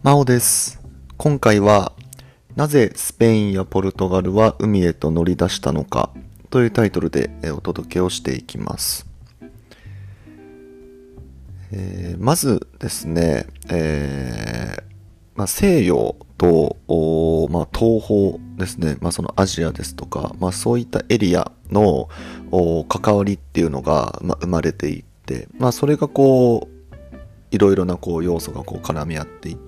マオです。今回は、なぜスペインやポルトガルは海へと乗り出したのかというタイトルでお届けをしていきます。まずですね、西洋と、東方ですね、そのアジアですとか、そういったエリアの関わりっていうのが、生まれていって、それがいろいろな要素が絡み合っていって、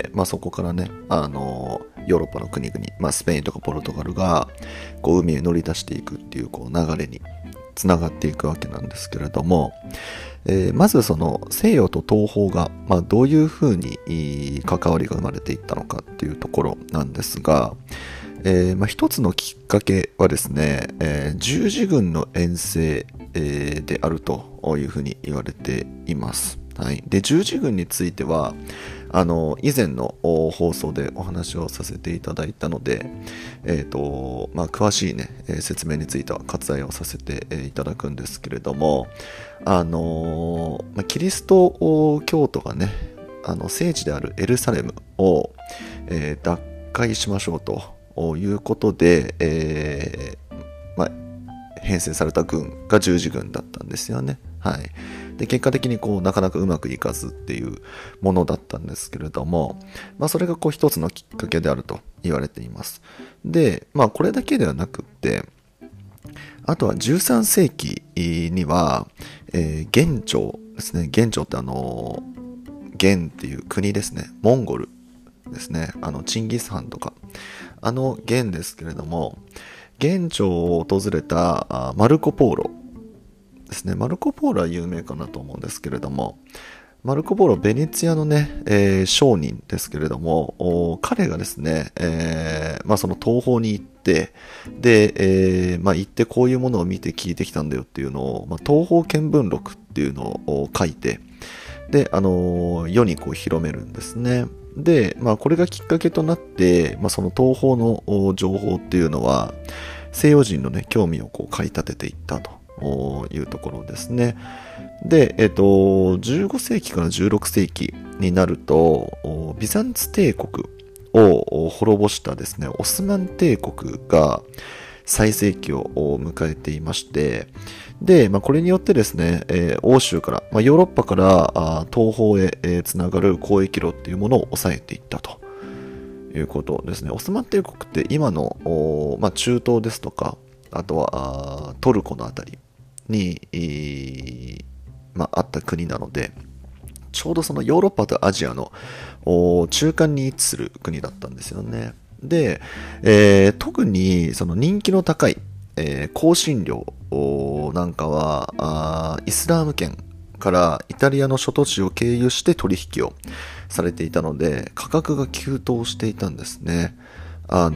そこからね、ヨーロッパの国々、スペインとかポルトガルが海へ乗り出していくっていう流れにつながっていくわけなんですけれども、まずその西洋と東方が、どういうふうに関わりが生まれていったのかっていうところなんですが、一つのきっかけはですね、十字軍の遠征、であるというふうに言われています。はい、で十字軍については以前の放送でお話をさせていただいたので、詳しいね、説明については割愛をさせていただくんですけれども、キリスト教徒がね、聖地であるエルサレムを、奪回しましょうということで、編成された軍が十字軍だったんですよね。はい。で、結果的になかなかうまくいかずっていうものだったんですけれども、それが一つのきっかけであると言われています。で、これだけではなくって、あとは13世紀には、元朝ですね。元朝って元っていう国ですね。モンゴルですね。チンギス・ハンとか。元ですけれども、元朝を訪れたマルコ・ポーロですね。マルコ・ポーロは有名かなと思うんですけれども、マルコ・ポーロ、ベネツィアのね、商人ですけれども、彼がですね、その東方に行って、で、行ってこういうものを見て聞いてきたんだよっていうのを、東方見聞録っていうのを書いて、で、世に広めるんですね。で、これがきっかけとなって、その東方の情報っていうのは、西洋人のね、興味を駆り立てていったというところですね。で、15世紀から16世紀になると、ビザンツ帝国を滅ぼしたですね、オスマン帝国が最盛期を迎えていまして、で、これによってですね、欧州から、ヨーロッパから東方へつながる交易路っていうものを抑えていったということですね。オスマン帝国って今の、中東ですとか、あとはトルコのあたりに、あった国なので、ちょうどそのヨーロッパとアジアの中間に位置する国だったんですよね。で、特にその人気の高い、香辛料なんかはイスラーム圏からイタリアの諸都市を経由して取引をされていたので、価格が急騰していたんですね。そ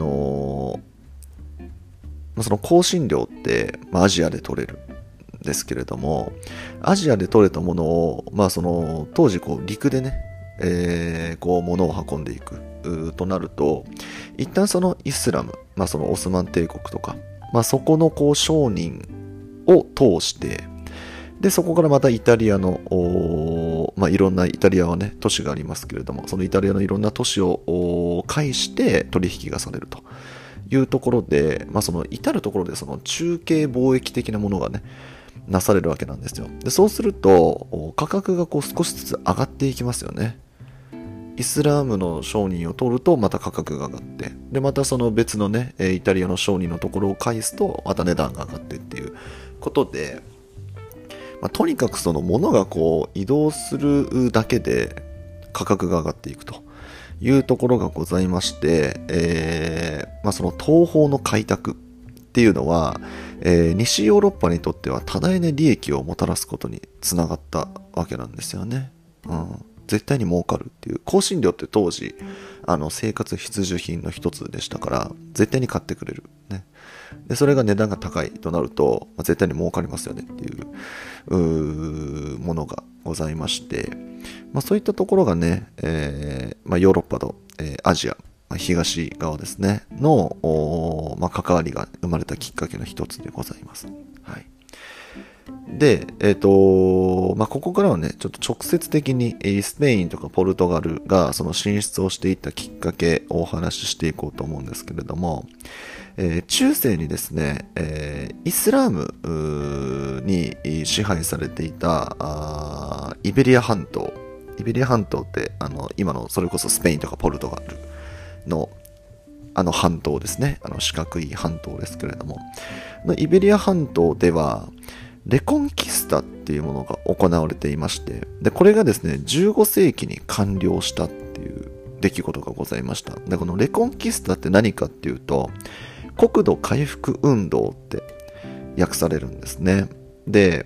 の香辛料って、アジアで取れるんですけれども、アジアで取れたものを、その当時陸でね、物を運んでいくとなると、一旦そのイスラム、そのオスマン帝国とか、そこの商人を通して、でそこからまたイタリアのいろんなイタリアはね都市がありますけれども、そのイタリアのいろんな都市を介して取引がされるというところで、その至るところでその中継貿易的なものがねなされるわけなんですよ。でそうすると価格が少しずつ上がっていきますよね。イスラームの商人を通るとまた価格が上がって、でまたその別のねイタリアの商人のところを返すとまた値段が上がってっていうことで、とにかくその物が移動するだけで価格が上がっていくというところがございまして、その東方の開拓っていうのは、西ヨーロッパにとっては多大な利益をもたらすことにつながったわけなんですよね。絶対に儲かるっていう。香辛料って当時生活必需品の一つでしたから、絶対に買ってくれるね。でそれが値段が高いとなると、絶対に儲かりますよねっていうものがございまして、そういったところがね、ヨーロッパと、アジア、東側ですねの、関わりが生まれたきっかけの一つでございます。はい。 で、ここからはね、ちょっと直接的にスペインとかポルトガルがその進出をしていったきっかけをお話ししていこうと思うんですけれども、中世にですね、イスラームに支配されていたイベリア半島って今のそれこそスペインとかポルトガルの半島ですね、四角い半島ですけれども、イベリア半島ではレコンキスタっていうものが行われていまして、でこれがですね15世紀に完了したっていう出来事がございました。でこのレコンキスタって何かっていうと、国土回復運動って訳されるんですね。で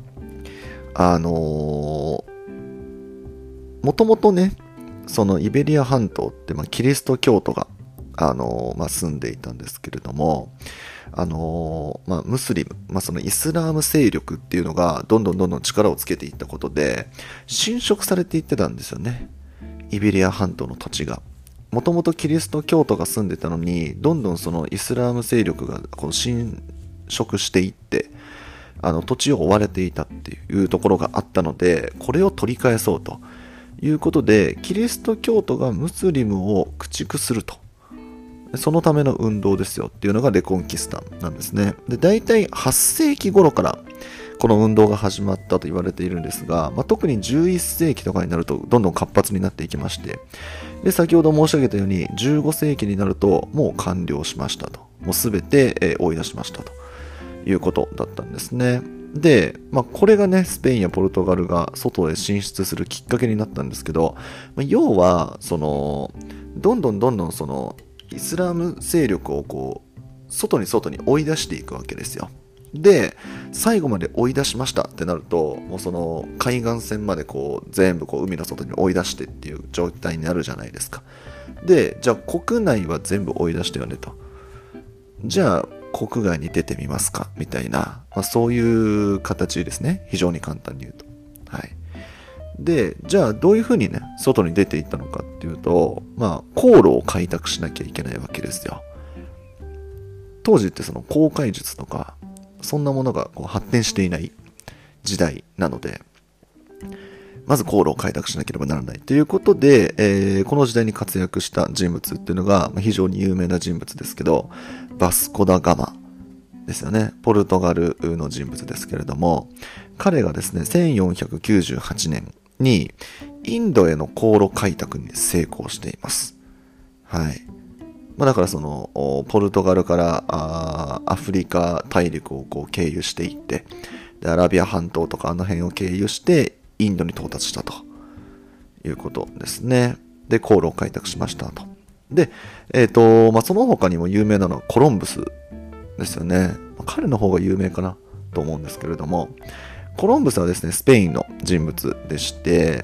もともとね、そのイベリア半島って、キリスト教徒が住んでいたんですけれども、ムスリム、そのイスラーム勢力っていうのがどんどん力をつけていったことで侵食されていってたんですよね、イベリア半島の土地が。もともとキリスト教徒が住んでたのに、どんどんそのイスラーム勢力がこう侵食していって、土地を追われていたっていうところがあったので、これを取り返そうということで、キリスト教徒がムスリムを駆逐すると。そのための運動ですよっていうのがレコンキスタなんですね。で、大体8世紀頃からこの運動が始まったと言われているんですが、特に11世紀とかになるとどんどん活発になっていきまして、で、先ほど申し上げたように15世紀になるともう完了しましたと。もうすべて追い出しましたということだったんですね。で、これがね、スペインやポルトガルが外へ進出するきっかけになったんですけど、要は、どんどんその、イスラム勢力をこう外に追い出していくわけですよ。で最後まで追い出しましたってなると、もうその海岸線までこう全部こう海の外に追い出してっていう状態になるじゃないですか。でじゃあ国内は全部追い出してよねと、じゃあ国外に出てみますかみたいな、そういう形ですね。非常に簡単に言うと。はい。で、じゃあどういうふうにね、外に出ていったのかっていうと、航路を開拓しなきゃいけないわけですよ。当時ってその航海術とか、そんなものがこう発展していない時代なので、まず航路を開拓しなければならないということで、この時代に活躍した人物っていうのが、非常に有名な人物ですけど、バスコ・ダ・ガマですよね。ポルトガルの人物ですけれども、彼がですね、1498年にインドへの航路開拓に成功しています。はい。だからそのポルトガルからアフリカ大陸をこう経由していって、でアラビア半島とかあの辺を経由してインドに到達したということですね。で航路を開拓しましたと。で、その他にも有名なのはコロンブスですよね。彼の方が有名かなと思うんですけれども、コロンブスはですね、スペインの人物でして、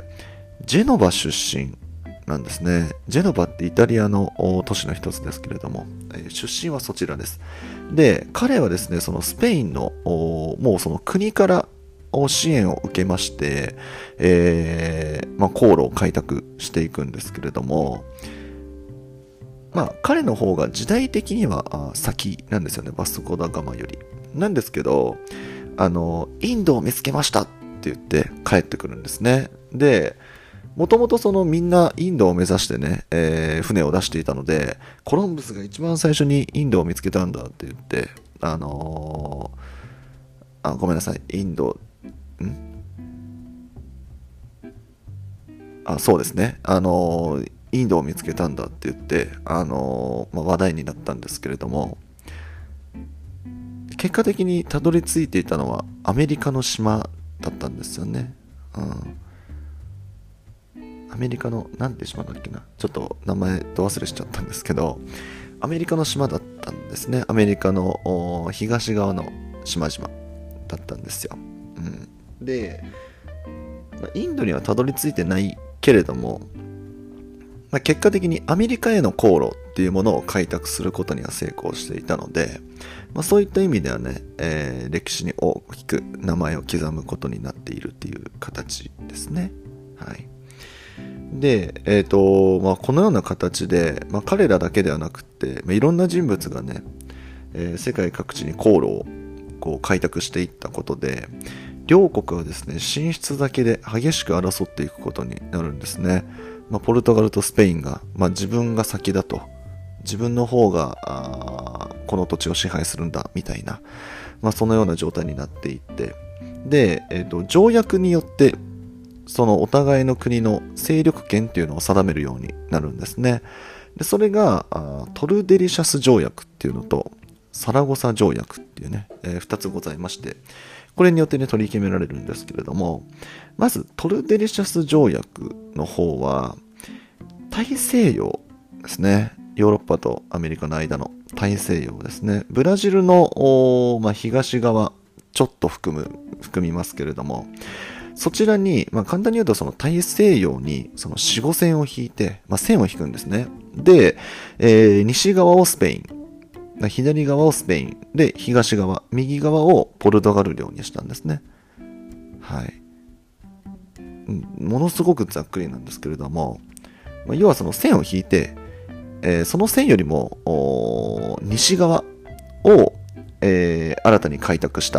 ジェノバ出身なんですね。ジェノバってイタリアの都市の一つですけれども、出身はそちらです。で、彼はですね、そのスペインのもうその国から支援を受けまして、航路を開拓していくんですけれども、彼の方が時代的には先なんですよね、バスコ・ダ・ガマより。なんですけど、インドを見つけましたって言って帰ってくるんですね。で、もともとそのみんなインドを目指してね、船を出していたので、コロンブスが一番最初にインドを見つけたんだって言って、ごめんなさい、そうですね、インドを見つけたんだって言って、話題になったんですけれども、結果的にたどり着いていたのはアメリカの島だったんですよね。アメリカのなんて島だっけな、ちょっと名前ど忘れしちゃったんですけど、アメリカの島だったんですね。アメリカの東側の島々だったんですよ。で、インドにはたどり着いてないけれども、結果的にアメリカへの航路っていうものを開拓することには成功していたので、そういった意味ではね、歴史に大きく名前を刻むことになっているっていう形ですね。はい。で、このような形で、彼らだけではなくて、いろんな人物がね、世界各地に航路をこう開拓していったことで、 両国はですね、進出だけで激しく争っていくことになるんですね。ポルトガルとスペインが、自分が先だと、自分の方がこの土地を支配するんだみたいな、そのような状態になっていって、で、条約によってそのお互いの国の勢力圏っていうのを定めるようになるんですね。でそれがトルデリシャス条約っていうのとサラゴサ条約っていうね、2つございまして、これによってね取り決められるんですけれども、まずトルデリシャス条約の方は大西洋ですね。ヨーロッパとアメリカの間の大西洋ですね。ブラジルの、東側ちょっと含みますけれども、そちらに、簡単に言うとその大西洋にその4、5線を引いて、線を引くんですね。で、西側をスペイン、左側をスペイン、で、東側、右側をポルトガル領にしたんですね。はい。ものすごくざっくりなんですけれども、要はその線を引いて、その線よりも西側を、新たに開拓した、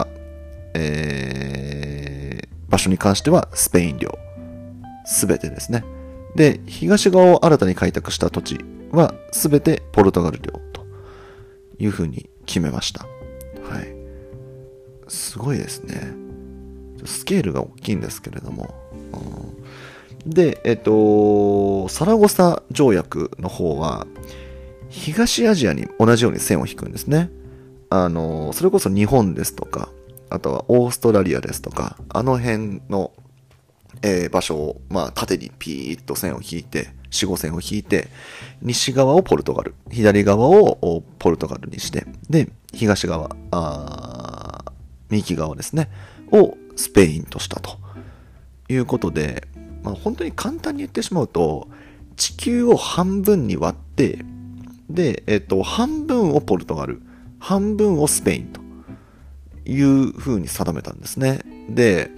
場所に関してはスペイン領すべてですね。で、東側を新たに開拓した土地はすべてポルトガル領というふうに決めました。はい。すごいですね。スケールが大きいんですけれども。で、サラゴサ条約の方は、東アジアに同じように線を引くんですね。それこそ日本ですとか、あとはオーストラリアですとか、あの辺の、場所を、縦にピーッと線を引いて、4、5線を引いて、西側をポルトガル、左側をポルトガルにして、で、東側、右側ですね、をスペインとしたということで、本当に簡単に言ってしまうと、地球を半分に割って、で、半分をポルトガル、半分をスペインという風に定めたんですね。で、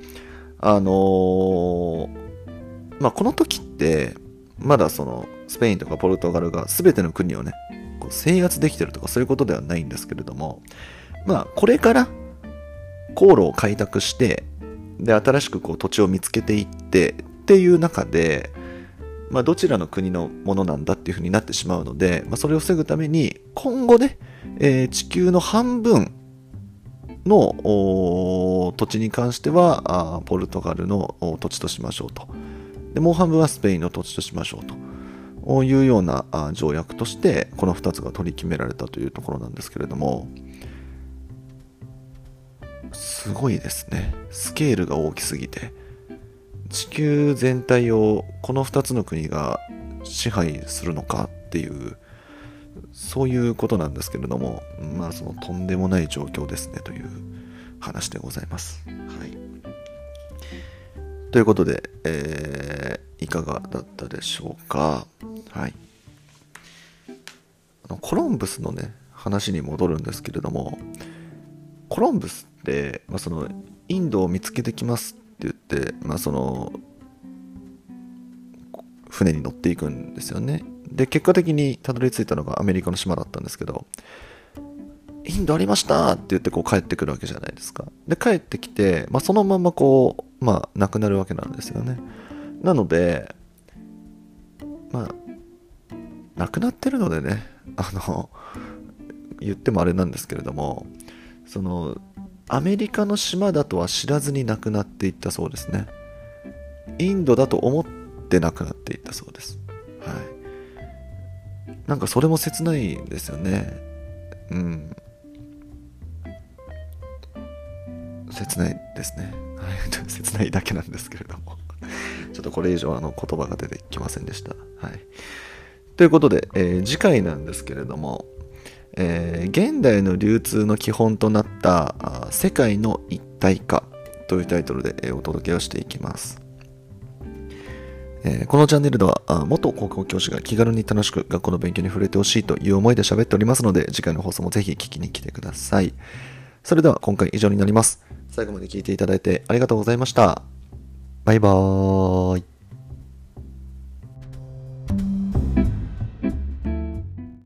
この時って、まだその、スペインとかポルトガルが全ての国をね、こう制圧できてるとかそういうことではないんですけれども、これから航路を開拓して、で、新しくこう土地を見つけていってっていう中で、どちらの国のものなんだっていう風になってしまうので、それを防ぐために、今後ね、地球の半分の土地に関してはポルトガルの土地としましょうと。で、もう半分はスペインの土地としましょうというような条約として、この2つが取り決められたというところなんですけれども、すごいですね。スケールが大きすぎて。地球全体をこの2つの国が支配するのかっていう、そういうことなんですけれども、そのとんでもない状況ですねという話でございます。はい。ということで、いかがだったでしょうか。はい。コロンブスのね、話に戻るんですけれども、コロンブスって、そのインドを見つけてきますって言って、その船に乗っていくんですよね。で、結果的にたどり着いたのがアメリカの島だったんですけど、インドありましたって言ってこう帰ってくるわけじゃないですか。で、帰ってきて、そのままこう、亡くなるわけなんですよね。なので、亡くなってるのでね、言ってもあれなんですけれども、その、アメリカの島だとは知らずに亡くなっていったそうですね。インドだと思って亡くなっていったそうです。はい。なんかそれも切ないですよね。うん。切ないですね。はい。切ないだけなんですけれども。ちょっとこれ以上言葉が出てきませんでした。はい。ということで、次回なんですけれども、現代の流通の基本となった世界の一体化というタイトルで、お届けをしていきます。このチャンネルでは元高校教師が気軽に楽しく学校の勉強に触れてほしいという思いで喋っておりますので、次回の放送もぜひ聞きに来てください。それでは今回以上になります。最後まで聞いていただいてありがとうございました。バイバーイ。